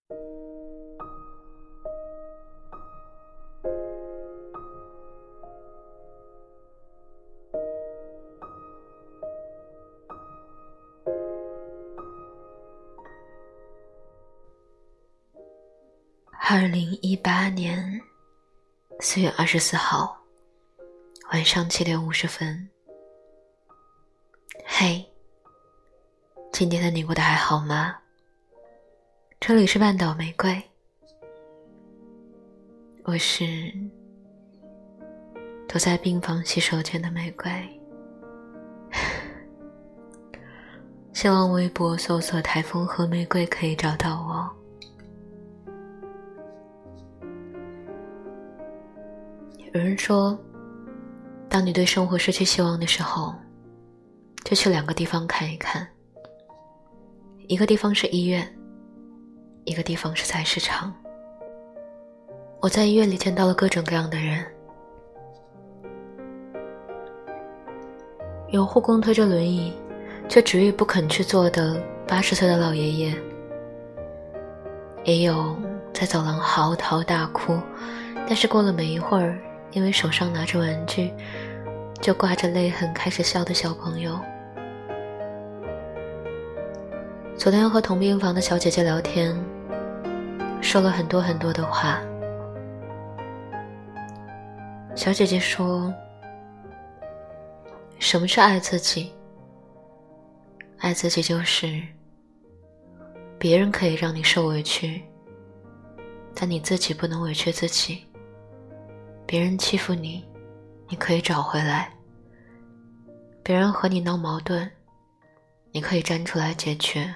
2018年4月24号晚上7点50分。嘿，今天的你过得还好吗？这里是半岛玫瑰，我是躲在病房洗手间的玫瑰。新浪微博搜索台风和玫瑰可以找到我。有人说，当你对生活失去希望的时候，就去2个地方看一看，一个地方是医院，一个地方是菜市场。我在医院里见到了各种各样的人，有护工推着轮椅却执意不肯去做的80岁的老爷爷，也有在走廊嚎啕大哭，但是过了没一会儿，因为手上拿着玩具就挂着泪痕开始笑的小朋友。昨天和同病房的小姐姐聊天，说了很多很多的话。小姐姐说，什么是爱自己？爱自己就是别人可以让你受委屈，但你自己不能委屈自己。别人欺负你，你可以找回来；别人和你闹矛盾，你可以站出来解决。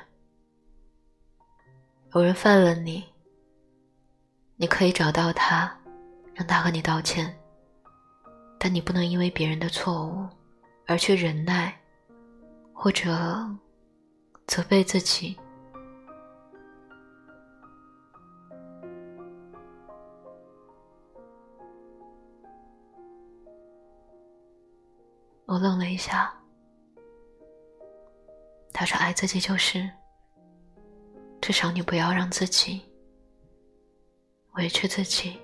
有人犯了你，你可以找到他，让他和你道歉，但你不能因为别人的错误而去忍耐，或者责备自己。我愣了一下，他说爱自己就是至少你不要让自己委屈自己。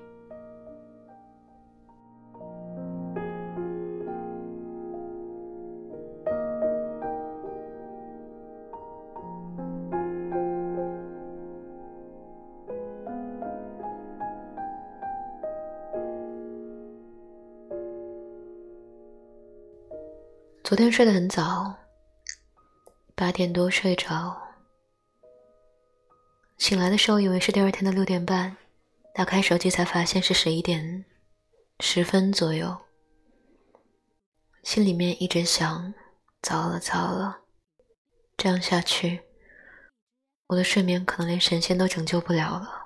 昨天睡得很早，8点多睡着，醒来的时候以为是第二天的6点半，打开手机才发现是11点10分左右，心里面一直想，糟了糟了，这样下去我的睡眠可能连神仙都拯救不了了。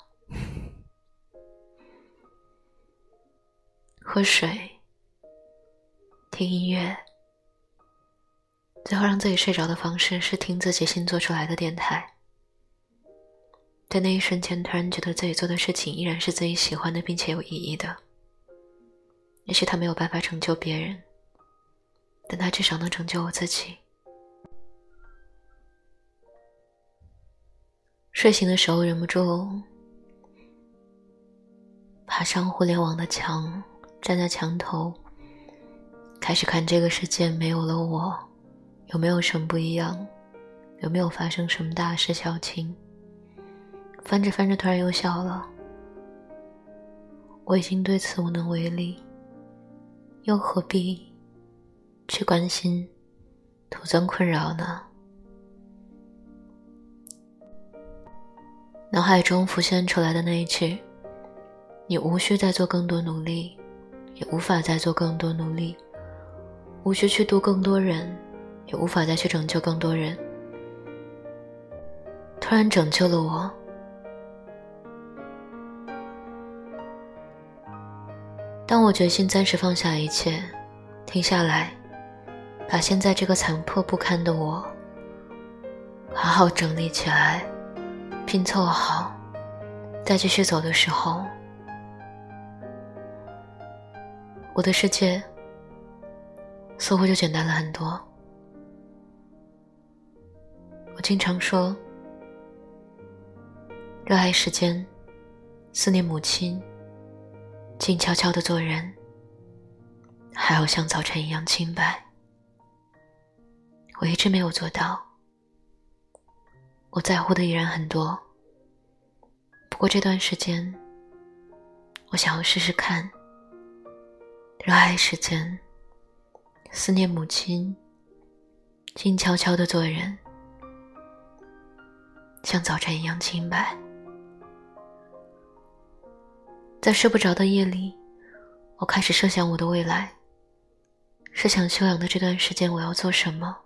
喝水，听音乐，最后让自己睡着的方式是听自己新做出来的电台。在那一瞬间突然觉得自己做的事情依然是自己喜欢的并且有意义的。也许它没有办法拯救别人，但它至少能拯救我自己。睡醒的时候忍不住爬上互联网的墙，站在墙头开始看这个世界没有了我有没有什么不一样，有没有发生什么大事小情。翻着翻着突然又笑了，我已经对此无能为力，又何必去关心徒增困扰呢？脑海中浮现出来的那一句，你无需再做更多努力，也无法再做更多努力，无需去渡更多人，也无法再去拯救更多人，突然拯救了我。当我决心暂时放下一切，停下来，把现在这个残破不堪的我好好整理起来，拼凑好，再继续走的时候，我的世界似乎就简单了很多。我经常说， 热爱时间，思念母亲，静悄悄地做人，还要像早晨一样清白。我一直没有做到，我在乎的依然很多。不过这段时间，我想要试试看，热爱时间，思念母亲，静悄悄地做人，像早晨一样清白。在睡不着的夜里，我开始设想我的未来，设想休养的这段时间我要做什么。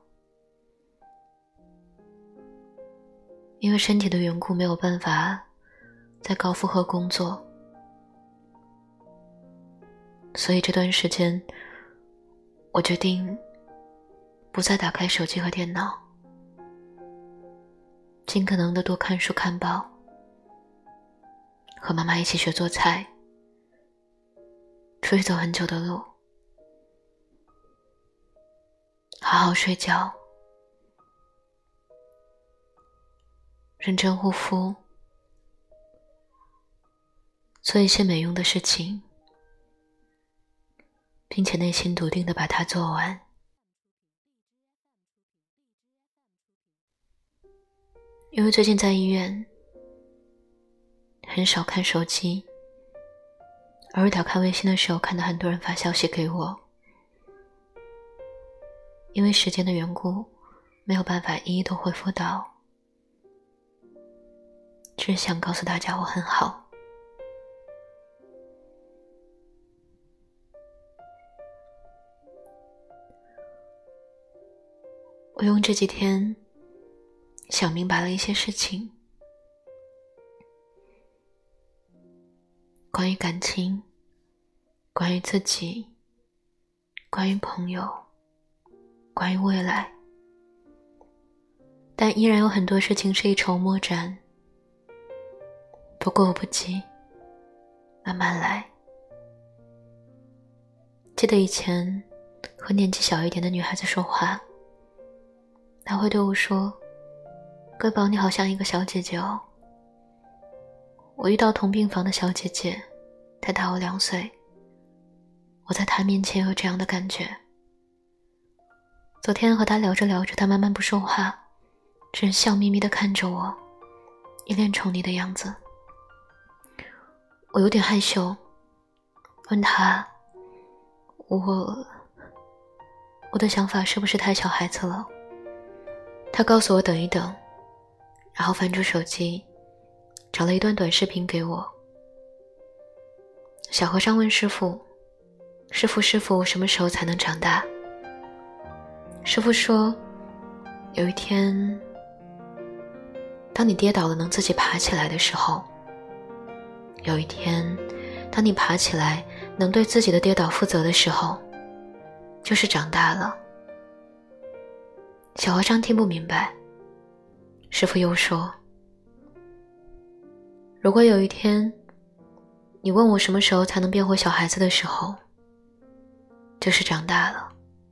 因为身体的缘故，没有办法在高负荷工作，所以这段时间我决定不再打开手机和电脑，尽可能的多看书看报，和妈妈一起学做菜，出去走很久的路，好好睡觉，认真护肤，做一些没用的事情，并且内心笃定地把它做完。因为最近在医院，很少看手机，偶尔打开微信的时候看到很多人发消息给我，因为时间的缘故，没有办法一一都回复到，只是想告诉大家我很好。我用这几天想明白了一些事情，关于感情，关于自己，关于朋友，关于未来，但依然有很多事情是一筹莫展。不过我不急，慢慢来。记得以前和年纪小一点的女孩子说话，她会对我说，瑰宝你好像一个小姐姐哦。我遇到同病房的小姐姐，她大我2岁，我在她面前有这样的感觉。昨天和她聊着聊着，她慢慢不说话，只是笑眯眯地看着我，一脸宠溺的样子。我有点害羞，问她，我的想法是不是太小孩子了？她告诉我等一等，然后翻出手机，找了一段短视频给我。小和尚问师父，师父，什么时候才能长大？师父说，有一天，当你跌倒了能自己爬起来的时候，有一天，当你爬起来能对自己的跌倒负责的时候，就是长大了。小和尚听不明白，师父又说，如果有一天你问我什么时候才能变回小孩子的时候，就是长大了。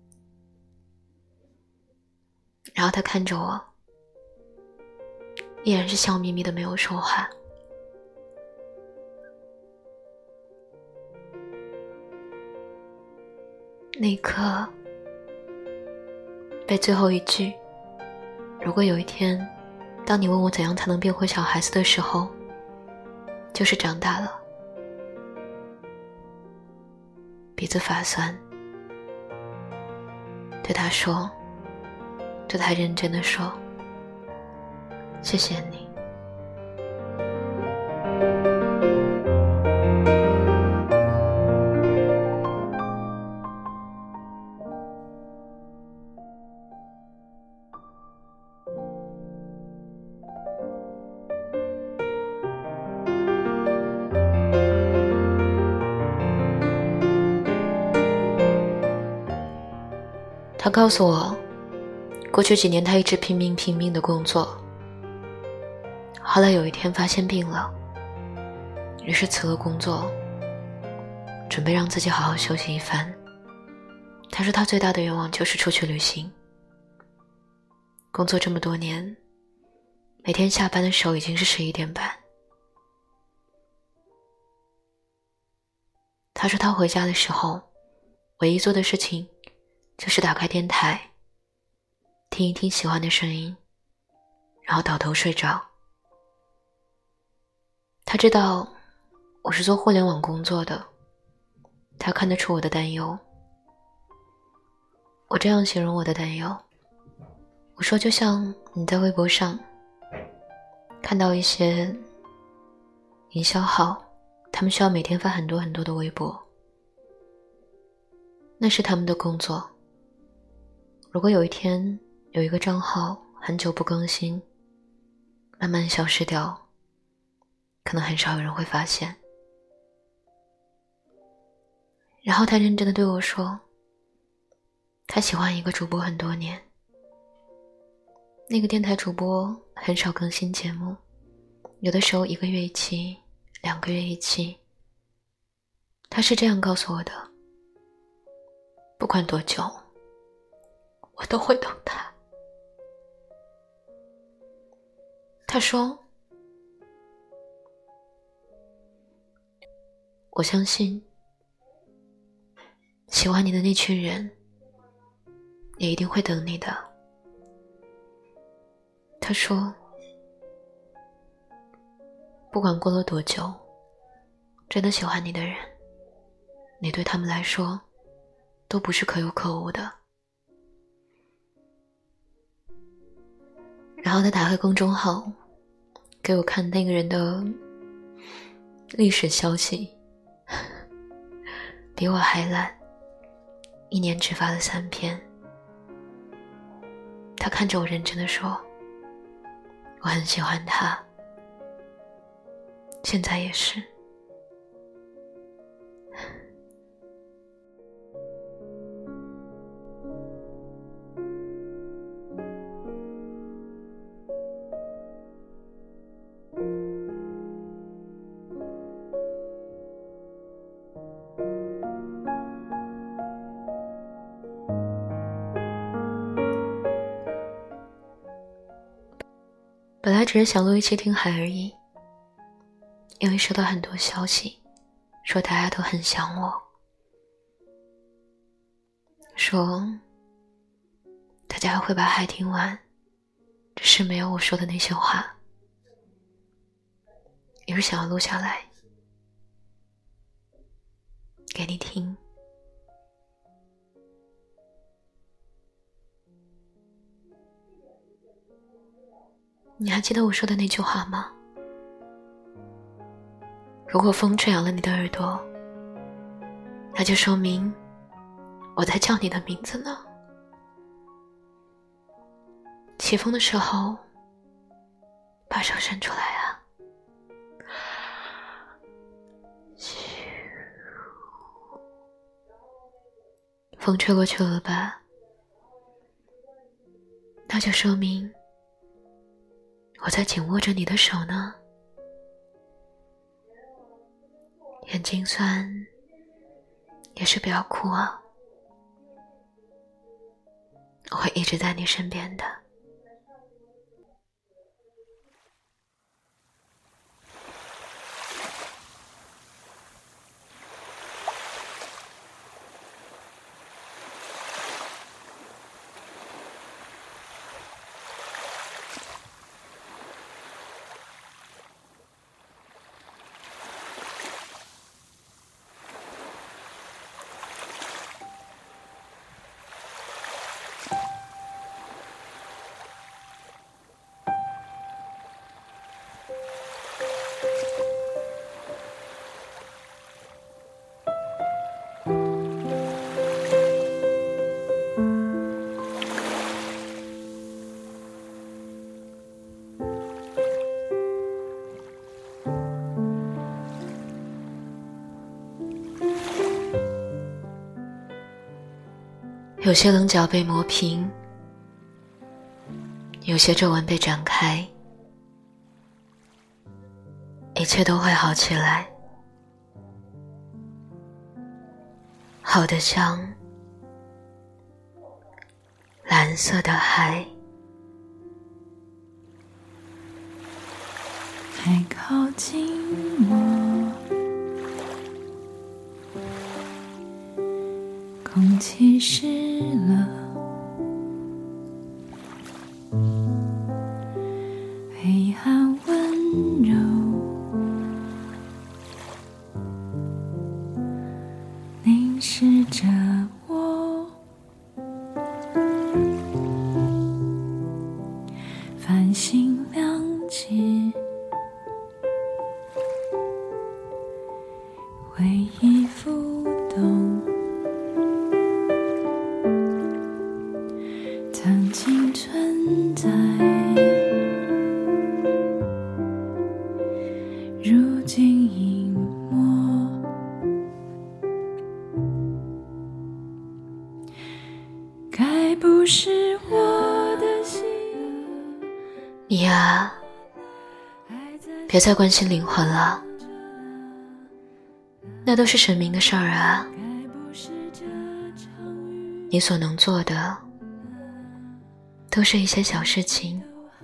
然后他看着我，依然是笑眯眯的没有说话。那一刻，被最后一句，如果有一天当你问我怎样才能变回小孩子的时候，就是长大了，鼻子发酸，对他说，对他认真地说，谢谢你。他告诉我，过去几年他一直拼命的工作，后来有一天发现病了，于是辞了工作，准备让自己好好休息一番。他说他最大的愿望就是出去旅行。工作这么多年，每天下班的时候已经是11点半， 他说他回家的时候，唯一做的事情就是打开电台，听一听喜欢的声音，然后倒头睡着。他知道我是做互联网工作的，他看得出我的担忧。我这样形容我的担忧，我说就像你在微博上看到一些营销号，他们需要每天发很多很多的微博，那是他们的工作。如果有一天有一个账号很久不更新，慢慢消失掉，可能很少有人会发现。然后他认真的对我说，他喜欢一个主播很多年，那个电台主播很少更新节目，有的时候1个月一期，2个月一期。他是这样告诉我的，不管多久我都会等他。他说，我相信喜欢你的那群人也一定会等你的。他说，不管过了多久，真的喜欢你的人，你对他们来说都不是可有可无的。然后他打开公众号给我看那个人的历史消息，比我还懒，1年只发了3篇。他看着我认真地说，我很喜欢他，现在也是。本来只是想录一期听海而已，因为收到很多消息，说大家都很想我，说大家会把海听完，只是没有我说的那些话，也是想要录下来给你听。你还记得我说的那句话吗？如果风吹痒了你的耳朵，那就说明我在叫你的名字呢。起风的时候，把手伸出来啊。风吹过去了吧？那就说明我在紧握着你的手呢。眼睛酸，也是不要哭啊，我会一直在你身边的。有些棱角被磨平，有些皱纹被展开，一切都会好起来，好得像蓝色的海。 太靠近我， 空气湿了，黑暗温柔，凝视着我，繁星亮起，回忆浮动，曾经存在，如今隐没，该不是我的心。 你呀，别再关心灵魂了，那都是神明的事儿啊。你所能做的都是一些小事情，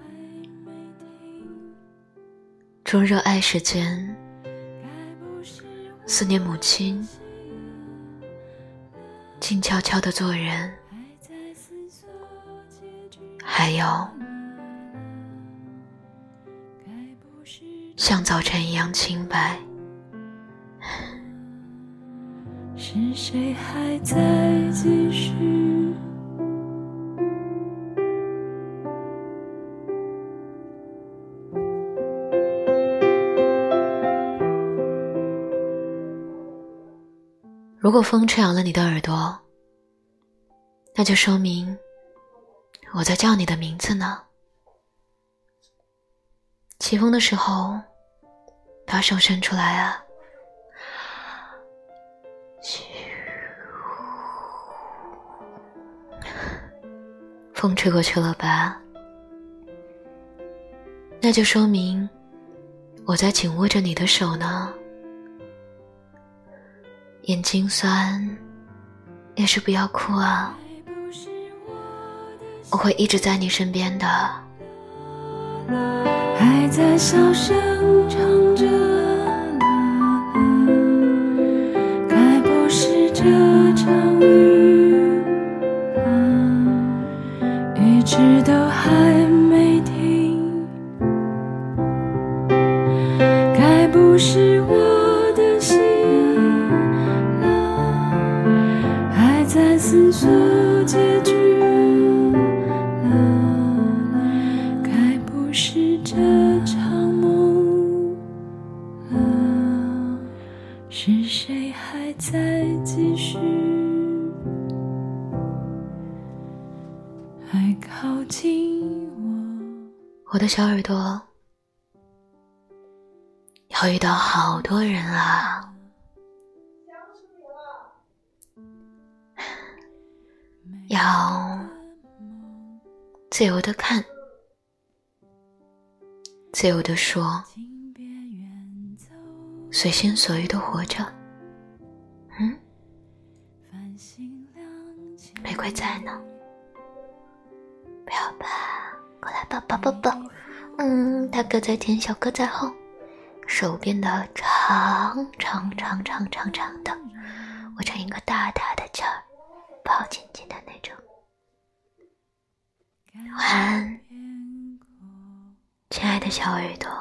诸热爱时间，思念母亲，静悄悄地做人，还有像早晨一样清白。 是谁还在继续？ 如果风吹痒了你的耳朵，那就说明我在叫你的名字呢。起风的时候，把手伸出来啊。风吹过去了吧？那就说明我在紧握着你的手呢。眼睛酸，也是不要哭啊，我会一直在你身边的。 还在小声唱着该不是这场雨一直都还没停，该不是我的心还在思索结局，该不是这场梦是谁还在继续，还靠近我的小耳朵要遇到好多人啊，要自由地看，自由地说，随心所欲地活着。玫瑰在呢，不要吧，过来抱抱抱抱。大哥在前，小哥在后，手变得长长长长长长的，我成一个大大的劲儿，抱紧紧的那种。晚安，亲爱的小耳朵。